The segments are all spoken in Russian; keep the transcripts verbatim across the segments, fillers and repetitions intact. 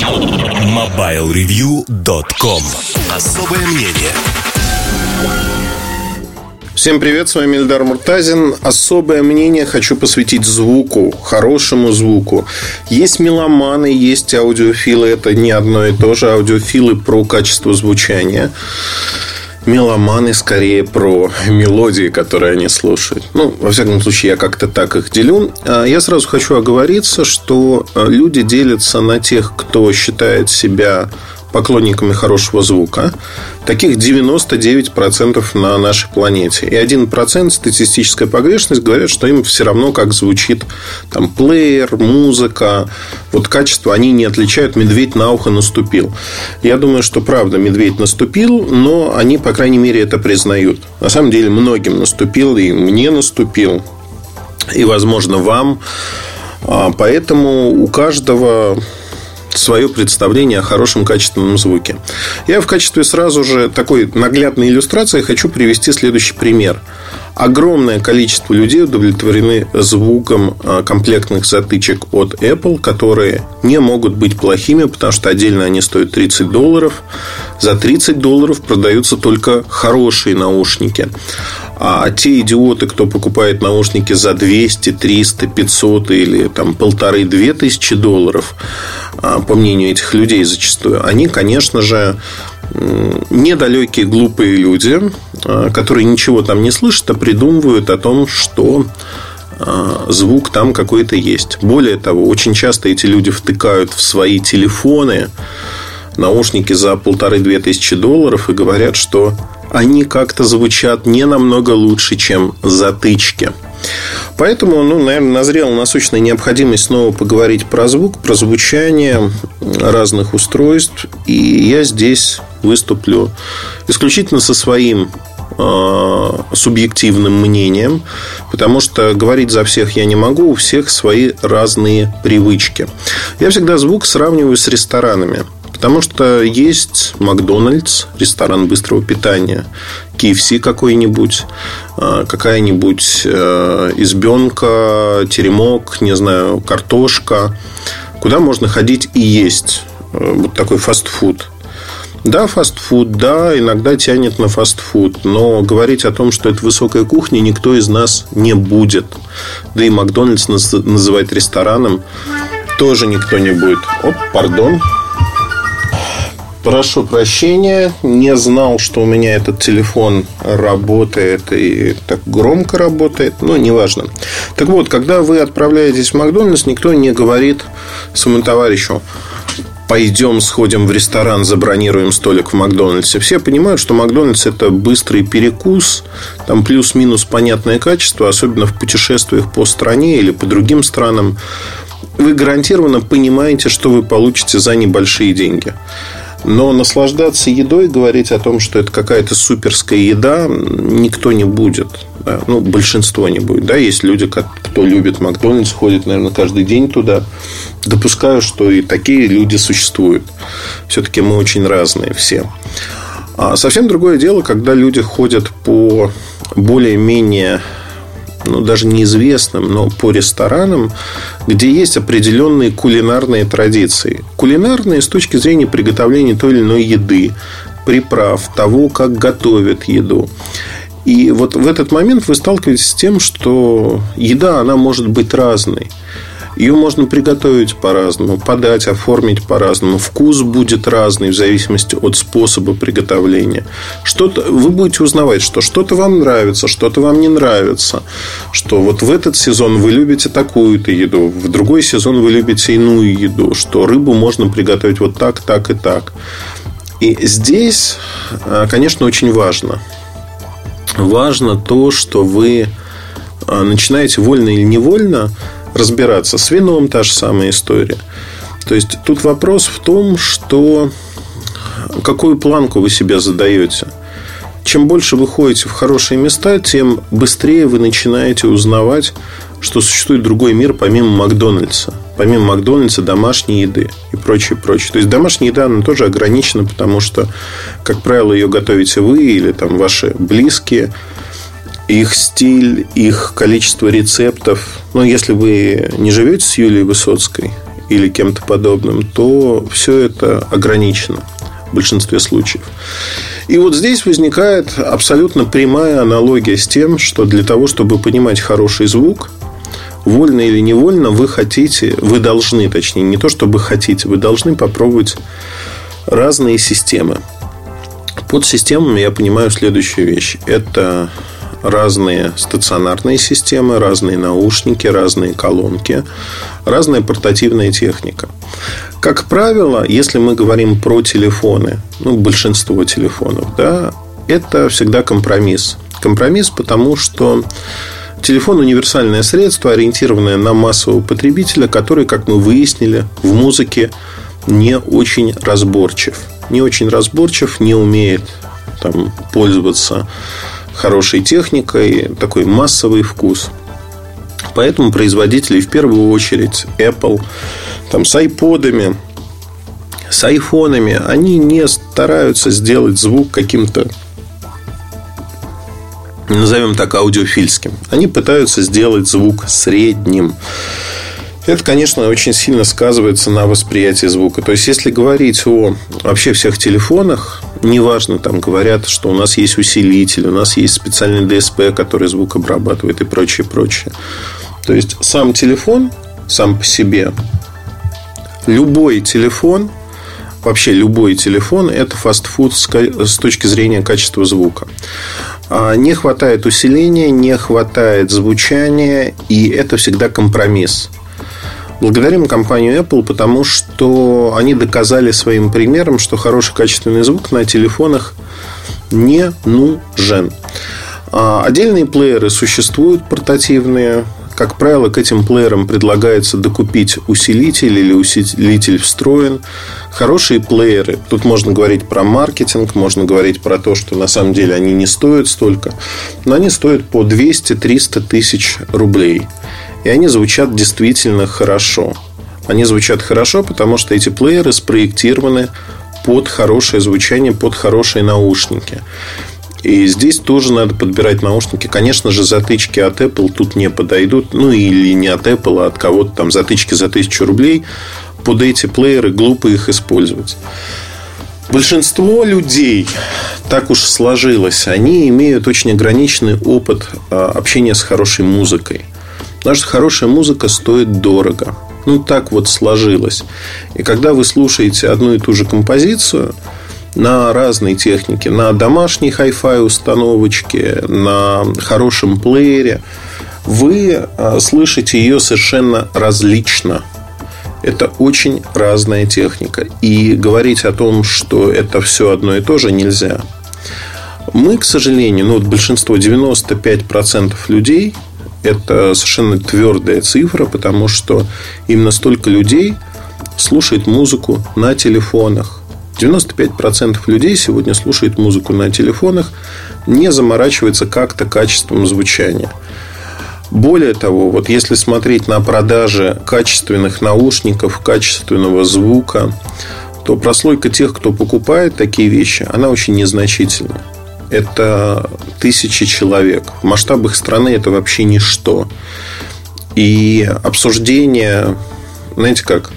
мобайл ревью точка ком. Особое мнение. Всем привет, с вами Эльдар Муртазин. Особое мнение хочу посвятить звуку, хорошему звуку. Есть меломаны, есть аудиофилы. Это не одно и то же. Аудиофилы про качество звучания. Меломаны скорее про мелодии, которые они слушают. Ну, во всяком случае, я как-то так их делю. Я сразу хочу оговориться, что люди делятся на тех, кто считает себя поклонниками хорошего звука. Таких девяносто девять процентов на нашей планете. И один процент статистическая погрешность говорят, что им все равно, как звучит там плеер, музыка. Вот качество они не отличают. Медведь на ухо наступил. Я думаю, что правда, медведь наступил, но они, по крайней мере, это признают. На самом деле, многим наступил, и мне наступил, и, возможно, вам. Поэтому у каждого свое представление о хорошем качественном звуке. Я в качестве сразу же такой наглядной иллюстрации хочу привести следующий пример. Огромное количество людей удовлетворены звуком комплектных затычек от Apple, которые не могут быть плохими, потому что отдельно они стоят тридцать долларов. За тридцать долларов продаются только хорошие наушники. А те идиоты, кто покупает наушники за двести, триста, пятьсот или там полторы-две тысячи долларов, по мнению этих людей зачастую, они, конечно же, недалекие, глупые люди, которые ничего там не слышат, а придумывают о том, что звук там какой-то есть. Более того, очень часто эти люди втыкают в свои телефоны наушники за полторы-две тысячи долларов и говорят, что они как-то звучат не намного лучше, чем затычки. Поэтому, ну, наверное, назрела насущная необходимость снова поговорить про звук, про звучание разных устройств. И я здесь выступлю исключительно со своим э, субъективным мнением, потому что говорить за всех я не могу, у всех свои разные привычки. Я всегда звук сравниваю с ресторанами. Потому что есть Макдональдс, ресторан быстрого питания, кей эф си какой-нибудь, какая-нибудь избенка, теремок, не знаю, картошка, куда можно ходить и есть вот такой фастфуд. Да, фастфуд, да, иногда тянет на фастфуд, но говорить о том, что это высокая кухня, никто из нас не будет. Да и Макдональдс называть рестораном тоже никто не будет. Оп, пардон. Прошу прощения, не знал, что у меня этот телефон работает и так громко работает, но неважно. Так вот, когда вы отправляетесь в Макдональдс, никто не говорит своему товарищу: пойдем сходим в ресторан, забронируем столик в Макдональдсе. Все понимают, что Макдональдс — это быстрый перекус, там плюс-минус понятное качество, особенно в путешествиях по стране или по другим странам. Вы гарантированно понимаете, что вы получите за небольшие деньги. Но наслаждаться едой, говорить о том, что это какая-то суперская еда, никто не будет. Да? Ну, большинство не будет. Да? Есть люди, кто любит Макдональдс, ходит, наверное, каждый день туда. Допускаю, что и такие люди существуют. Все-таки мы очень разные все. А совсем другое дело, когда люди ходят по более-менее, ну, даже неизвестным, но по ресторанам, где есть определенные кулинарные традиции. Кулинарные с точки зрения приготовления той или иной еды, приправ, того, как готовят еду. И вот в этот момент вы сталкиваетесь с тем, что еда, она может быть разной. Ее можно приготовить по-разному, подать, оформить по-разному. Вкус будет разный в зависимости от способа приготовления. Что-то, вы будете узнавать, что что-то вам нравится, что-то вам не нравится. Что вот в этот сезон вы любите такую-то еду, в другой сезон вы любите иную еду. Что рыбу можно приготовить вот так, так и так. И здесь, конечно, очень важно. Важно то, что вы начинаете вольно или невольно разбираться. С вином та же самая история. То есть тут вопрос в том, что какую планку вы себе задаете. Чем больше вы ходите в хорошие места, тем быстрее вы начинаете узнавать, что существует другой мир помимо Макдональдса. Помимо Макдональдса, домашней еды и прочее, прочее. То есть домашняя еда, она тоже ограничена, потому что, как правило, ее готовите вы или там ваши близкие. Их стиль, их количество рецептов. Но если вы не живете с Юлией Высоцкой или кем-то подобным, то все это ограничено в большинстве случаев. И вот здесь возникает абсолютно прямая аналогия с тем, что для того, чтобы понимать хороший звук, вольно или невольно вы хотите, вы должны, точнее, не то чтобы хотите, вы должны попробовать разные системы. Под системами я понимаю следующую вещь. Это разные стационарные системы, разные наушники, разные колонки, разная портативная техника. Как правило, если мы говорим про телефоны, ну, большинство телефонов, да, это всегда компромисс. Компромисс, потому что телефон – универсальное средство, ориентированное на массового потребителя, который, как мы выяснили, в музыке не очень разборчив. Не очень разборчив, не умеет там пользоваться хорошей техникой, такой массовый вкус. Поэтому производители, в первую очередь Apple, там, с айподами, с айфонами, они не стараются сделать звук каким-то, назовем так, аудиофильским. Они пытаются сделать звук средним. Это, конечно, очень сильно сказывается на восприятии звука. То есть, если говорить о вообще всех телефонах, неважно, там говорят, что у нас есть усилитель, у нас есть специальный ди эс пи, который звук обрабатывает и прочее, прочее. То есть, сам телефон, сам по себе, любой телефон, вообще любой телефон, это фастфуд с точки зрения качества звука. Не хватает усиления, не хватает звучания, и это всегда компромисс. Благодарим компанию Apple, потому что они доказали своим примером, что хороший качественный звук на телефонах не нужен. Отдельные плееры существуют, портативные. Как правило, к этим плеерам предлагается докупить усилитель или усилитель встроен. Хорошие плееры. Тут можно говорить про маркетинг, можно говорить про то, что на самом деле они не стоят столько. Но они стоят по двести-триста тысяч рублей. И они звучат действительно хорошо. Они звучат хорошо, потому что эти плееры спроектированы под хорошее звучание, под хорошие наушники. И здесь тоже надо подбирать наушники. Конечно же, затычки от Apple тут не подойдут. Ну, или не от Apple, а от кого-то там затычки за тысячу рублей. Под эти плееры глупо их использовать. Большинство людей, так уж сложилось, они имеют очень ограниченный опыт общения с хорошей музыкой. Потому что хорошая музыка стоит дорого. Ну, так вот сложилось. И когда вы слушаете одну и ту же композицию на разной технике, на домашней хай-фай установочке, на хорошем плеере, вы слышите ее совершенно различно. Это очень разная техника. И говорить о том, что это все одно и то же, нельзя. Мы, к сожалению, ну, вот большинство, девяносто пять процентов людей, это совершенно твердая цифра, потому что именно столько людей слушает музыку на телефонах. девяносто пять процентов людей сегодня слушает музыку на телефонах, не заморачивается как-то качеством звучания. Более того, вот если смотреть на продажи качественных наушников, качественного звука, то прослойка тех, кто покупает такие вещи, она очень незначительна. Это тысячи человек. В масштабах страны это вообще ничто. И обсуждение, знаете как,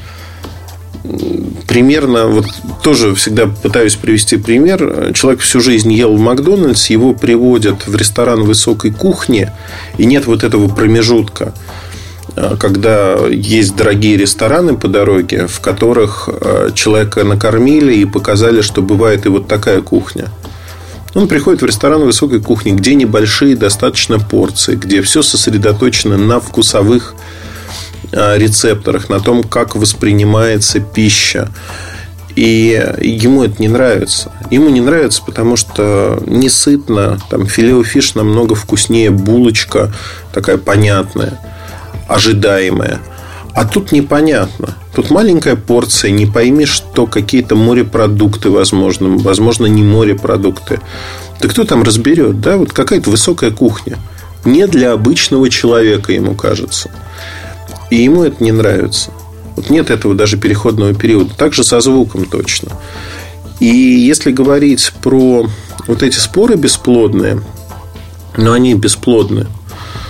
примерно, вот тоже всегда пытаюсь привести пример. Человек всю жизнь ел в Макдональдс, его приводят в ресторан высокой кухни, и нет вот этого промежутка, когда есть дорогие рестораны по дороге, в которых человека накормили и показали, что бывает и вот такая кухня. Он приходит в ресторан высокой кухни, где небольшие достаточно порции, где все сосредоточено на вкусовых рецепторах, на том, как воспринимается пища. И ему это не нравится. Ему не нравится, потому что не сытно. Там филе-о-фиш намного вкуснее, булочка такая понятная, ожидаемая. А тут непонятно. Тут маленькая порция, не пойми, что какие-то морепродукты, возможно, возможно, не морепродукты. Да кто там разберет, да? Вот какая-то высокая кухня. Не для обычного человека, ему кажется. И ему это не нравится. Вот нет этого даже переходного периода. Так же со звуком точно. И если говорить про вот эти споры бесплодные, но они бесплодны.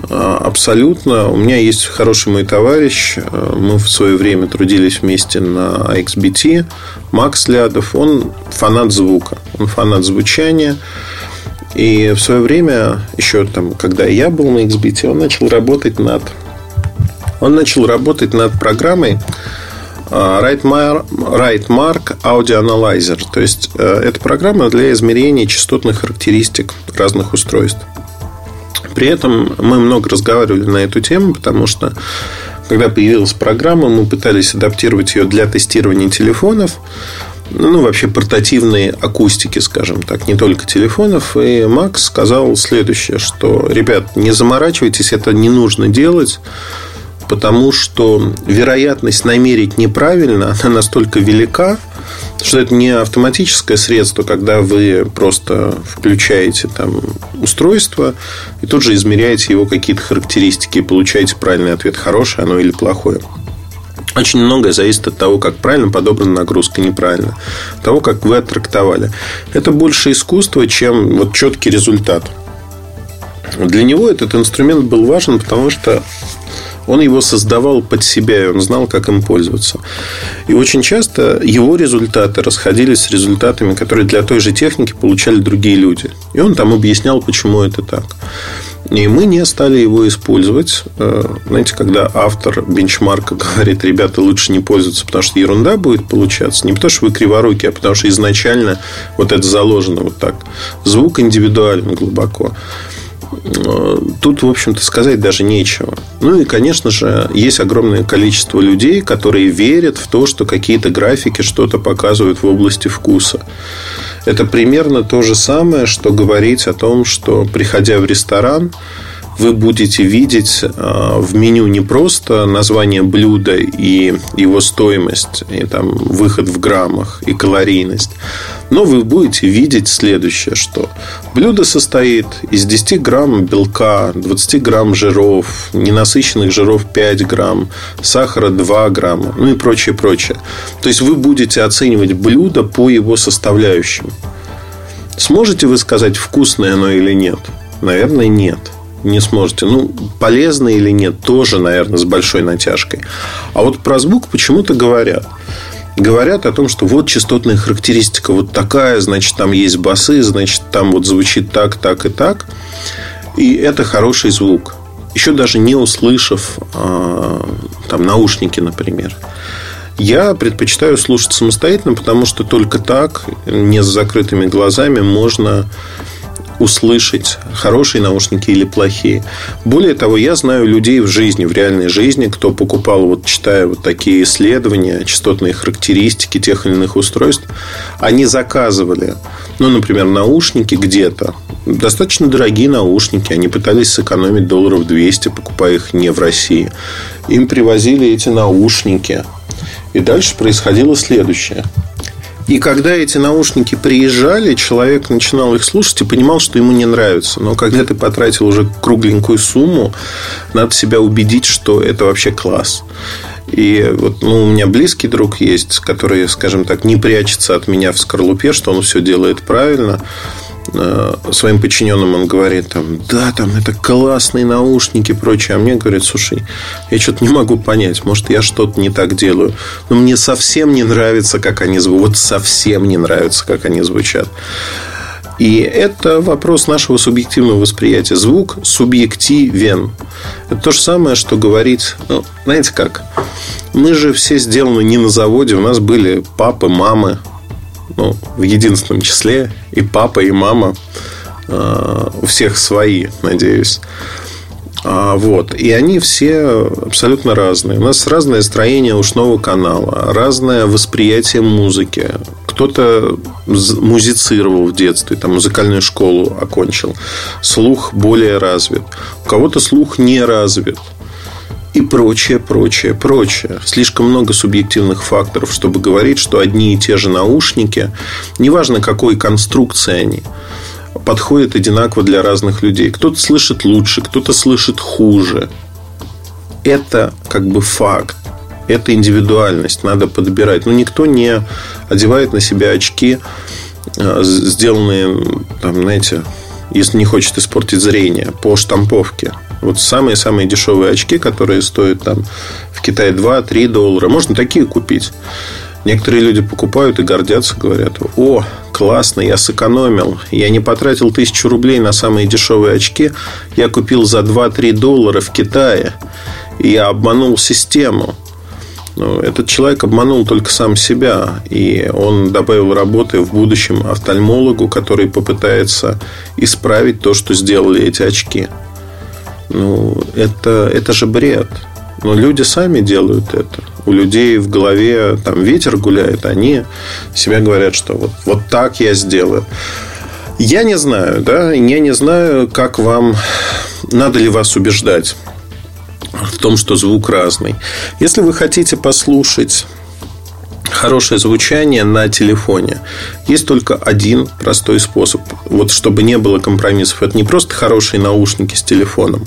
Абсолютно. У меня есть хороший мой товарищ. Мы в свое время трудились вместе на икс би ти. Макс Лядов. Он фанат звука. Он фанат звучания. И в свое время, еще там, когда я был на икс би ти, он начал работать над Он начал работать над программой Rightmark Audio Analyzer. То есть это программа для измерения частотных характеристик разных устройств. При этом мы много разговаривали на эту тему, потому что когда появилась программа, мы пытались адаптировать ее для тестирования телефонов. Ну, вообще портативной акустики, скажем так, не только телефонов. И Макс сказал следующее, что, ребят, не заморачивайтесь, это не нужно делать, потому что вероятность намерить неправильно, она настолько велика, что это не автоматическое средство, когда вы просто включаете там устройство и тут же измеряете его какие-то характеристики и получаете правильный ответ, хорошее оно или плохое. Очень многое зависит от того, как правильно подобрана нагрузка, неправильно, от того, как вы оттрактовали. Это больше искусство, чем вот четкий результат. Для него этот инструмент был важен, потому что он его создавал под себя, и он знал, как им пользоваться. И очень часто его результаты расходились с результатами, которые для той же техники получали другие люди. И он там объяснял, почему это так. И мы не стали его использовать. Знаете, когда автор бенчмарка говорит: ребята, лучше не пользоваться, потому что ерунда будет получаться. Не потому что вы криворукие, а потому что изначально вот это заложено вот так. Звук индивидуален глубоко. Тут, в общем-то, сказать даже нечего. Ну и, конечно же, есть огромное количество людей, которые верят в то, что какие-то графики что-то показывают в области вкуса. Это примерно то же самое, что говорить о том, что, приходя в ресторан, вы будете видеть в меню не просто название блюда и его стоимость, и там выход в граммах и калорийность, но вы будете видеть следующее, что блюдо состоит из десяти грамм белка, двадцати грамм жиров, ненасыщенных жиров пять грамм, сахара два грамма, ну и прочее, прочее. То есть вы будете оценивать блюдо по его составляющим. Сможете вы сказать, вкусное оно или нет? Наверное, нет. Не сможете. Ну, полезно или нет, тоже, наверное, с большой натяжкой. А вот про звук почему-то говорят. Говорят о том, что вот частотная характеристика вот такая, значит, там есть басы, значит, там вот звучит так, так и так. И это хороший звук. Еще даже не услышав а, там наушники, например. Я предпочитаю слушать самостоятельно, потому что только так, не с закрытыми глазами, можно услышать, хорошие наушники или плохие. Более того, я знаю людей в жизни, в реальной жизни, кто покупал, вот читая вот такие исследования, частотные характеристики тех или иных устройств, они заказывали, ну, например, наушники где-то, достаточно дорогие наушники, они пытались сэкономить долларов двести, покупая их не в России. Им привозили эти наушники, и дальше происходило следующее. И когда эти наушники приезжали, человек начинал их слушать и понимал, что ему не нравится. Но когда ты потратил уже кругленькую сумму, надо себя убедить, что это вообще класс. И вот, ну, у меня близкий друг есть, который, скажем так, не прячется от меня в скорлупе, что он все делает правильно. Своим подчиненным он говорит: там, да, там это классные наушники и прочее. А мне говорит: слушай, я что-то не могу понять, может, я что-то не так делаю, но мне совсем не нравится, как они звучат. Вот совсем не нравится, как они звучат. И это вопрос нашего субъективного восприятия. Звук субъективен. Это то же самое, что говорить, ну, знаете как, мы же все сделаны не на заводе. У нас были папы, мамы, ну, в единственном числе, и папа, и мама. э, У всех свои, надеюсь. а, Вот. И они все абсолютно разные. У нас разное строение ушного канала, разное восприятие музыки. Кто-то музицировал в детстве, там, музыкальную школу окончил. Слух более развит. У кого-то слух не развит. И прочее, прочее, прочее. Слишком много субъективных факторов, чтобы говорить, что одни и те же наушники, неважно какой конструкции они, подходят одинаково для разных людей. Кто-то слышит лучше, кто-то слышит хуже. Это как бы факт. Это индивидуальность. Надо подбирать. Но никто не одевает на себя очки, сделанные, там, знаете, если не хочет испортить зрение, по штамповке. Вот самые-самые дешевые очки, которые стоят там в Китае два-три доллара. Можно такие купить. Некоторые люди покупают и гордятся, говорят: о, классно, я сэкономил. Я не потратил тысячу рублей на самые дешевые очки. Я купил за два-три доллара в Китае. И я обманул систему. Но этот человек обманул только сам себя. И он добавил работы в будущем офтальмологу, который попытается исправить то, что сделали эти очки. Ну, это, это же бред. Но люди сами делают это. У людей в голове там ветер гуляет. Они себе говорят, что вот, вот так я сделаю. Я не знаю, да, я не знаю, как вам, надо ли вас убеждать в том, что звук разный. Если вы хотите послушать хорошее звучание на телефоне, есть только один простой способ. Вот чтобы не было компромиссов. Это не просто хорошие наушники с телефоном,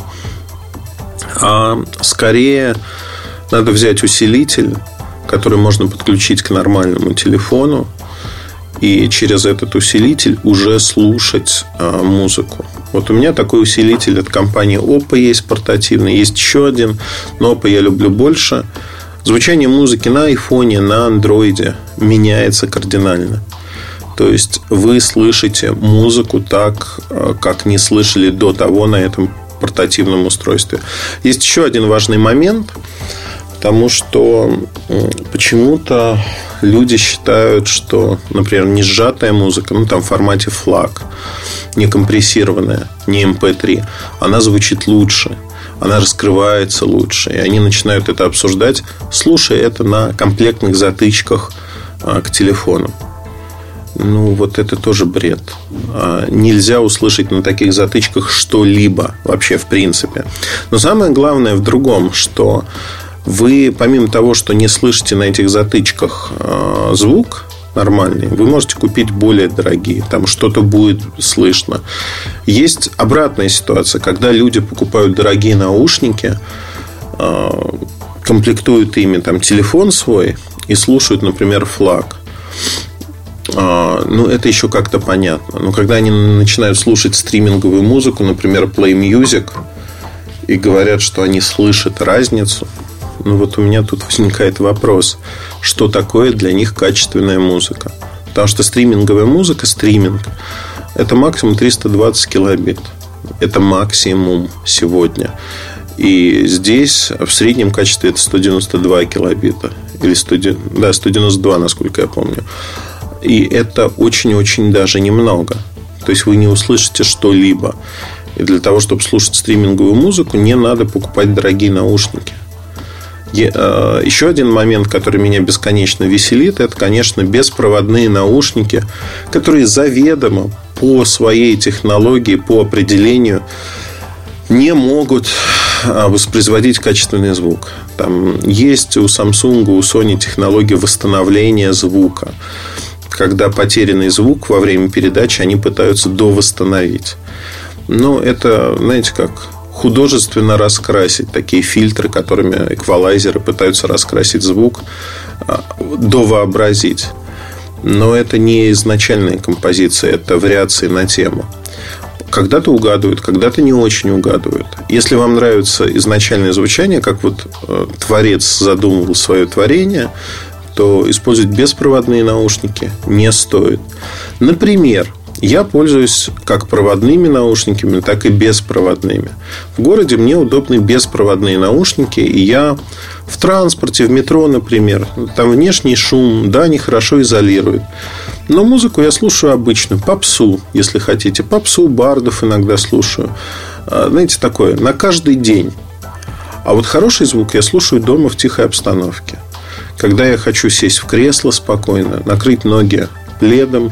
а скорее надо взять усилитель, который можно подключить к нормальному телефону, и через этот усилитель уже слушать а, музыку. Вот у меня такой усилитель от компании Oppo есть, портативный. Есть еще один, но Oppo я люблю больше. Звучание музыки на айфоне, на андроиде меняется кардинально. То есть вы слышите музыку так, как не слышали до того на этом портативном устройстве. Есть еще один важный момент. Потому что почему-то люди считают, что, например, не сжатая музыка, ну там в формате флаг, не компрессированная, не эм пэ три, она звучит лучше, она раскрывается лучше. И они начинают это обсуждать, слушая это на комплектных затычках к телефону. Ну, вот это тоже бред. Нельзя услышать на таких затычках что-либо вообще в принципе. Но самое главное в другом, что вы, помимо того, что не слышите на этих затычках э, звук нормальный, вы можете купить более дорогие. Там что-то будет слышно. Есть обратная ситуация, когда люди покупают дорогие наушники, э, комплектуют ими там телефон свой и слушают, например, флаг. Э, ну, это еще как-то понятно. Но когда они начинают слушать стриминговую музыку, например, Play Music, и говорят, что они слышат разницу, ну вот у меня тут возникает вопрос, что такое для них качественная музыка. Потому что стриминговая музыка, стриминг, это максимум триста двадцать килобит. Это максимум сегодня. И здесь в среднем качестве это сто девяносто два килобита. Или сто, да, сто девяносто два, насколько я помню. И это очень-очень даже немного. То есть вы не услышите что-либо. И для того, чтобы слушать стриминговую музыку, не надо покупать дорогие наушники. Еще один момент, который меня бесконечно веселит, это, конечно, беспроводные наушники, которые заведомо по своей технологии, по определению не могут воспроизводить качественный звук. Там есть у Samsung, у Sony технология восстановления звука, когда потерянный звук во время передачи они пытаются довосстановить. Но это, знаете, как художественно раскрасить, такие фильтры, которыми эквалайзеры пытаются раскрасить звук, довообразить. Но это не изначальная композиция, это вариации на тему. Когда-то угадывают, когда-то не очень угадывают. Если вам нравится изначальное звучание, как вот творец задумывал свое творение, то использовать беспроводные наушники не стоит. Например, я пользуюсь как проводными наушниками, так и беспроводными. В городе мне удобны беспроводные наушники. И я в транспорте, в метро, например, там внешний шум, да, они хорошо изолируют. Но музыку я слушаю обычную, попсу, если хотите. Попсу, бардов иногда слушаю. Знаете, такое, на каждый день. А вот хороший звук я слушаю дома в тихой обстановке. Когда я хочу сесть в кресло спокойно, накрыть ноги пледом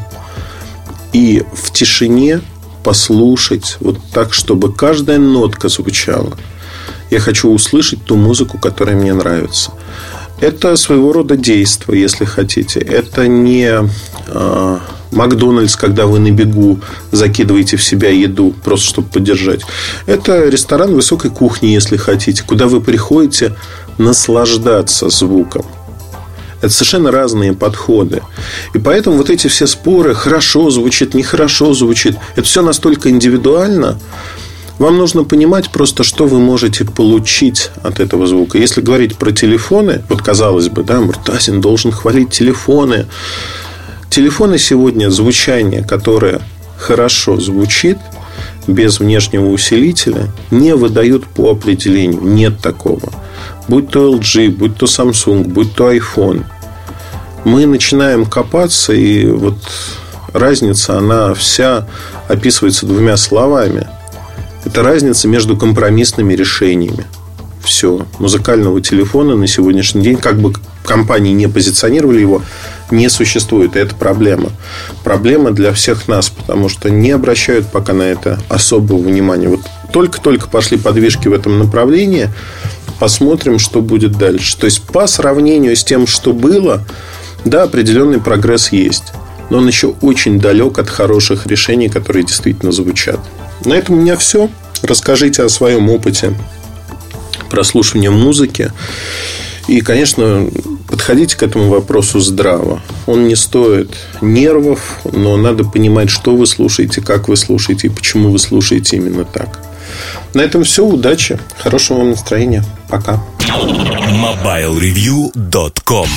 и в тишине послушать вот так, чтобы каждая нотка звучала. Я хочу услышать ту музыку, которая мне нравится. Это своего рода действие, если хотите. Это не э, Макдональдс, когда вы на бегу закидываете в себя еду, просто чтобы поддержать. Это ресторан высокой кухни, если хотите, куда вы приходите наслаждаться звуком. Это совершенно разные подходы. И поэтому вот эти все споры, хорошо звучит, нехорошо звучит, это все настолько индивидуально, Вам нужно понимать просто, что вы можете получить от этого звука. Если говорить про телефоны, вот казалось бы, да, Муртазин должен хвалить телефоны. Телефоны сегодня, звучание, которое хорошо звучит, без внешнего усилителя, не выдают по определению. Нет такого. Будь то эл джи, будь то Samsung, будь то iPhone. Мы начинаем копаться, и вот разница, она вся описывается двумя словами. Это разница между компромиссными решениями. Все. Музыкального телефона на сегодняшний день, как бы компании не позиционировали его, не существует. И это проблема. Проблема для всех нас, потому что не обращают пока на это особого внимания. Вот только-только пошли подвижки в этом направлении. Посмотрим, что будет дальше. То есть, по сравнению с тем, что было, да, определенный прогресс есть. Но он еще очень далек от хороших решений, которые действительно звучат. На этом у меня все. Расскажите о своем опыте прослушивания музыки. И, конечно, подходите к этому вопросу здраво. Он не стоит нервов, но надо понимать, что вы слушаете, как вы слушаете и почему вы слушаете именно так. На этом все. Удачи. Хорошего вам настроения. Пока. мобайл ревью точка ком